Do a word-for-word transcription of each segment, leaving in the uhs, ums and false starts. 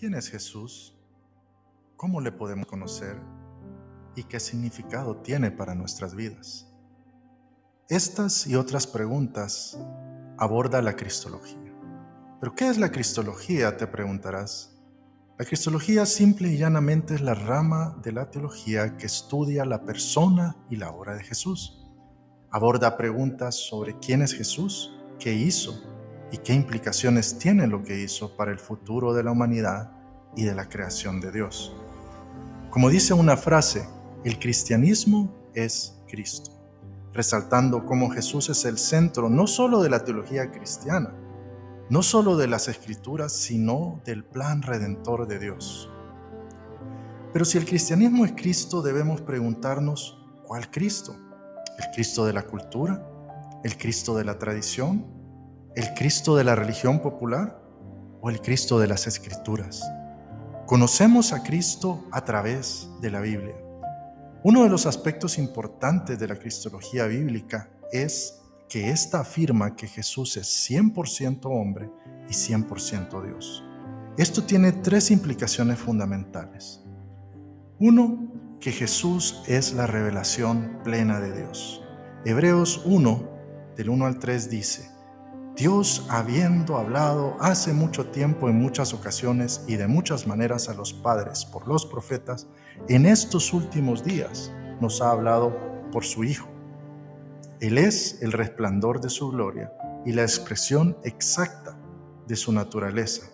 ¿Quién es Jesús? ¿Cómo le podemos conocer? ¿Y qué significado tiene para nuestras vidas? Estas y otras preguntas aborda la Cristología. ¿Pero qué es la Cristología?, te preguntarás. La Cristología simple y llanamente es la rama de la teología que estudia la persona y la obra de Jesús. Aborda preguntas sobre quién es Jesús, qué hizo y qué implicaciones tiene lo que hizo para el futuro de la humanidad y de la creación de Dios. Como dice una frase, el cristianismo es Cristo, resaltando cómo Jesús es el centro no solo de la teología cristiana, no solo de las Escrituras, sino del plan redentor de Dios. Pero si el cristianismo es Cristo, debemos preguntarnos, ¿cuál Cristo? ¿El Cristo de la cultura? ¿El Cristo de la tradición? ¿El Cristo de la religión popular? ¿O el Cristo de las Escrituras? Conocemos a Cristo a través de la Biblia. Uno de los aspectos importantes de la cristología bíblica es que ésta afirma que Jesús es cien por ciento hombre y cien por ciento Dios. Esto tiene tres implicaciones fundamentales. Uno, que Jesús es la revelación plena de Dios. Hebreos uno, del uno al tres dice: Dios, habiendo hablado hace mucho tiempo en muchas ocasiones y de muchas maneras a los padres por los profetas, en estos últimos días nos ha hablado por su Hijo. Él es el resplandor de su gloria y la expresión exacta de su naturaleza.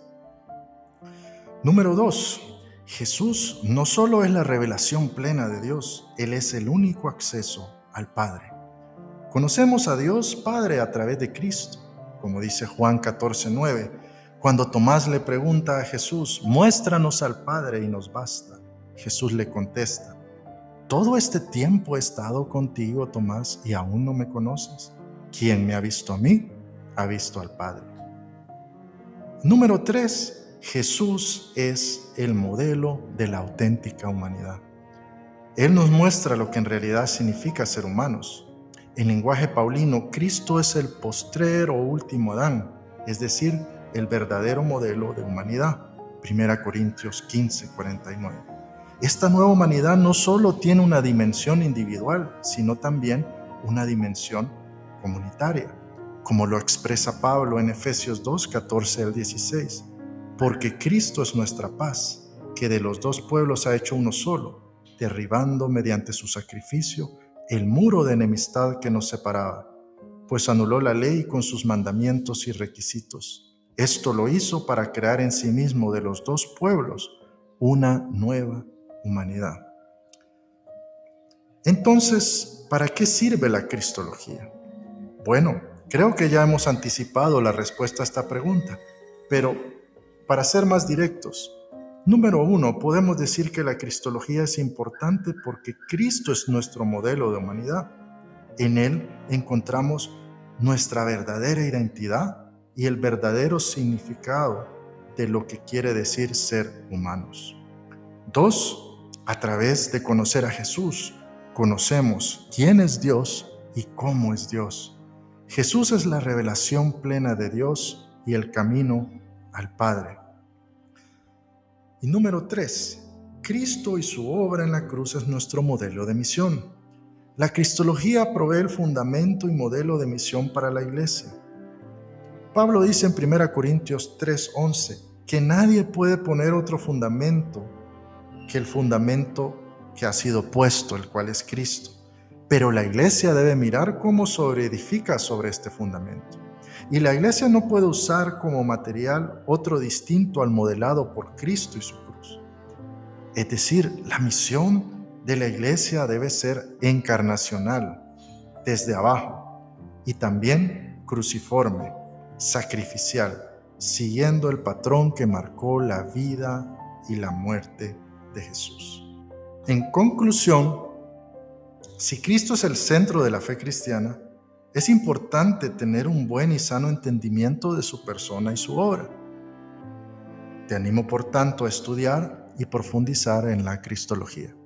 Número dos, Jesús no solo es la revelación plena de Dios, Él es el único acceso al Padre. Conocemos a Dios Padre a través de Cristo, como dice Juan catorce nueve, cuando Tomás le pregunta a Jesús, muéstranos al Padre y nos basta. Jesús le contesta, ¿todo este tiempo he estado contigo, Tomás, y aún no me conoces? Quien me ha visto a mí, ha visto al Padre. Número tres, Jesús es el modelo de la auténtica humanidad. Él nos muestra lo que en realidad significa ser humanos. En lenguaje paulino, Cristo es el postrer o último Adán, es decir, el verdadero modelo de humanidad. Primera Corintios quince cuarenta y nueve. Esta nueva humanidad no solo tiene una dimensión individual, sino también una dimensión comunitaria, como lo expresa Pablo en Efesios dos, catorce al dieciséis. Porque Cristo es nuestra paz, que de los dos pueblos ha hecho uno solo, derribando mediante su sacrificio el muro de enemistad que nos separaba, pues anuló la ley con sus mandamientos y requisitos. Esto lo hizo para crear en sí mismo de los dos pueblos una nueva humanidad. Entonces, ¿para qué sirve la cristología? Bueno, creo que ya hemos anticipado la respuesta a esta pregunta, pero para ser más directos, número uno, podemos decir que la cristología es importante porque Cristo es nuestro modelo de humanidad. En Él encontramos nuestra verdadera identidad y el verdadero significado de lo que quiere decir ser humanos. Dos, a través de conocer a Jesús, conocemos quién es Dios y cómo es Dios. Jesús es la revelación plena de Dios y el camino al Padre. Y número tres, Cristo y su obra en la cruz es nuestro modelo de misión. La cristología provee el fundamento y modelo de misión para la iglesia. Pablo dice en primera Corintios tres once que nadie puede poner otro fundamento que el fundamento que ha sido puesto, el cual es Cristo. Pero la iglesia debe mirar cómo sobreedifica sobre este fundamento. Y la iglesia no puede usar como material otro distinto al modelado por Cristo y su cruz. Es decir, la misión de la iglesia debe ser encarnacional, desde abajo, y también cruciforme, sacrificial, siguiendo el patrón que marcó la vida y la muerte de Jesús. En conclusión, si Cristo es el centro de la fe cristiana, es importante tener un buen y sano entendimiento de su persona y su obra. Te animo, por tanto, a estudiar y profundizar en la cristología.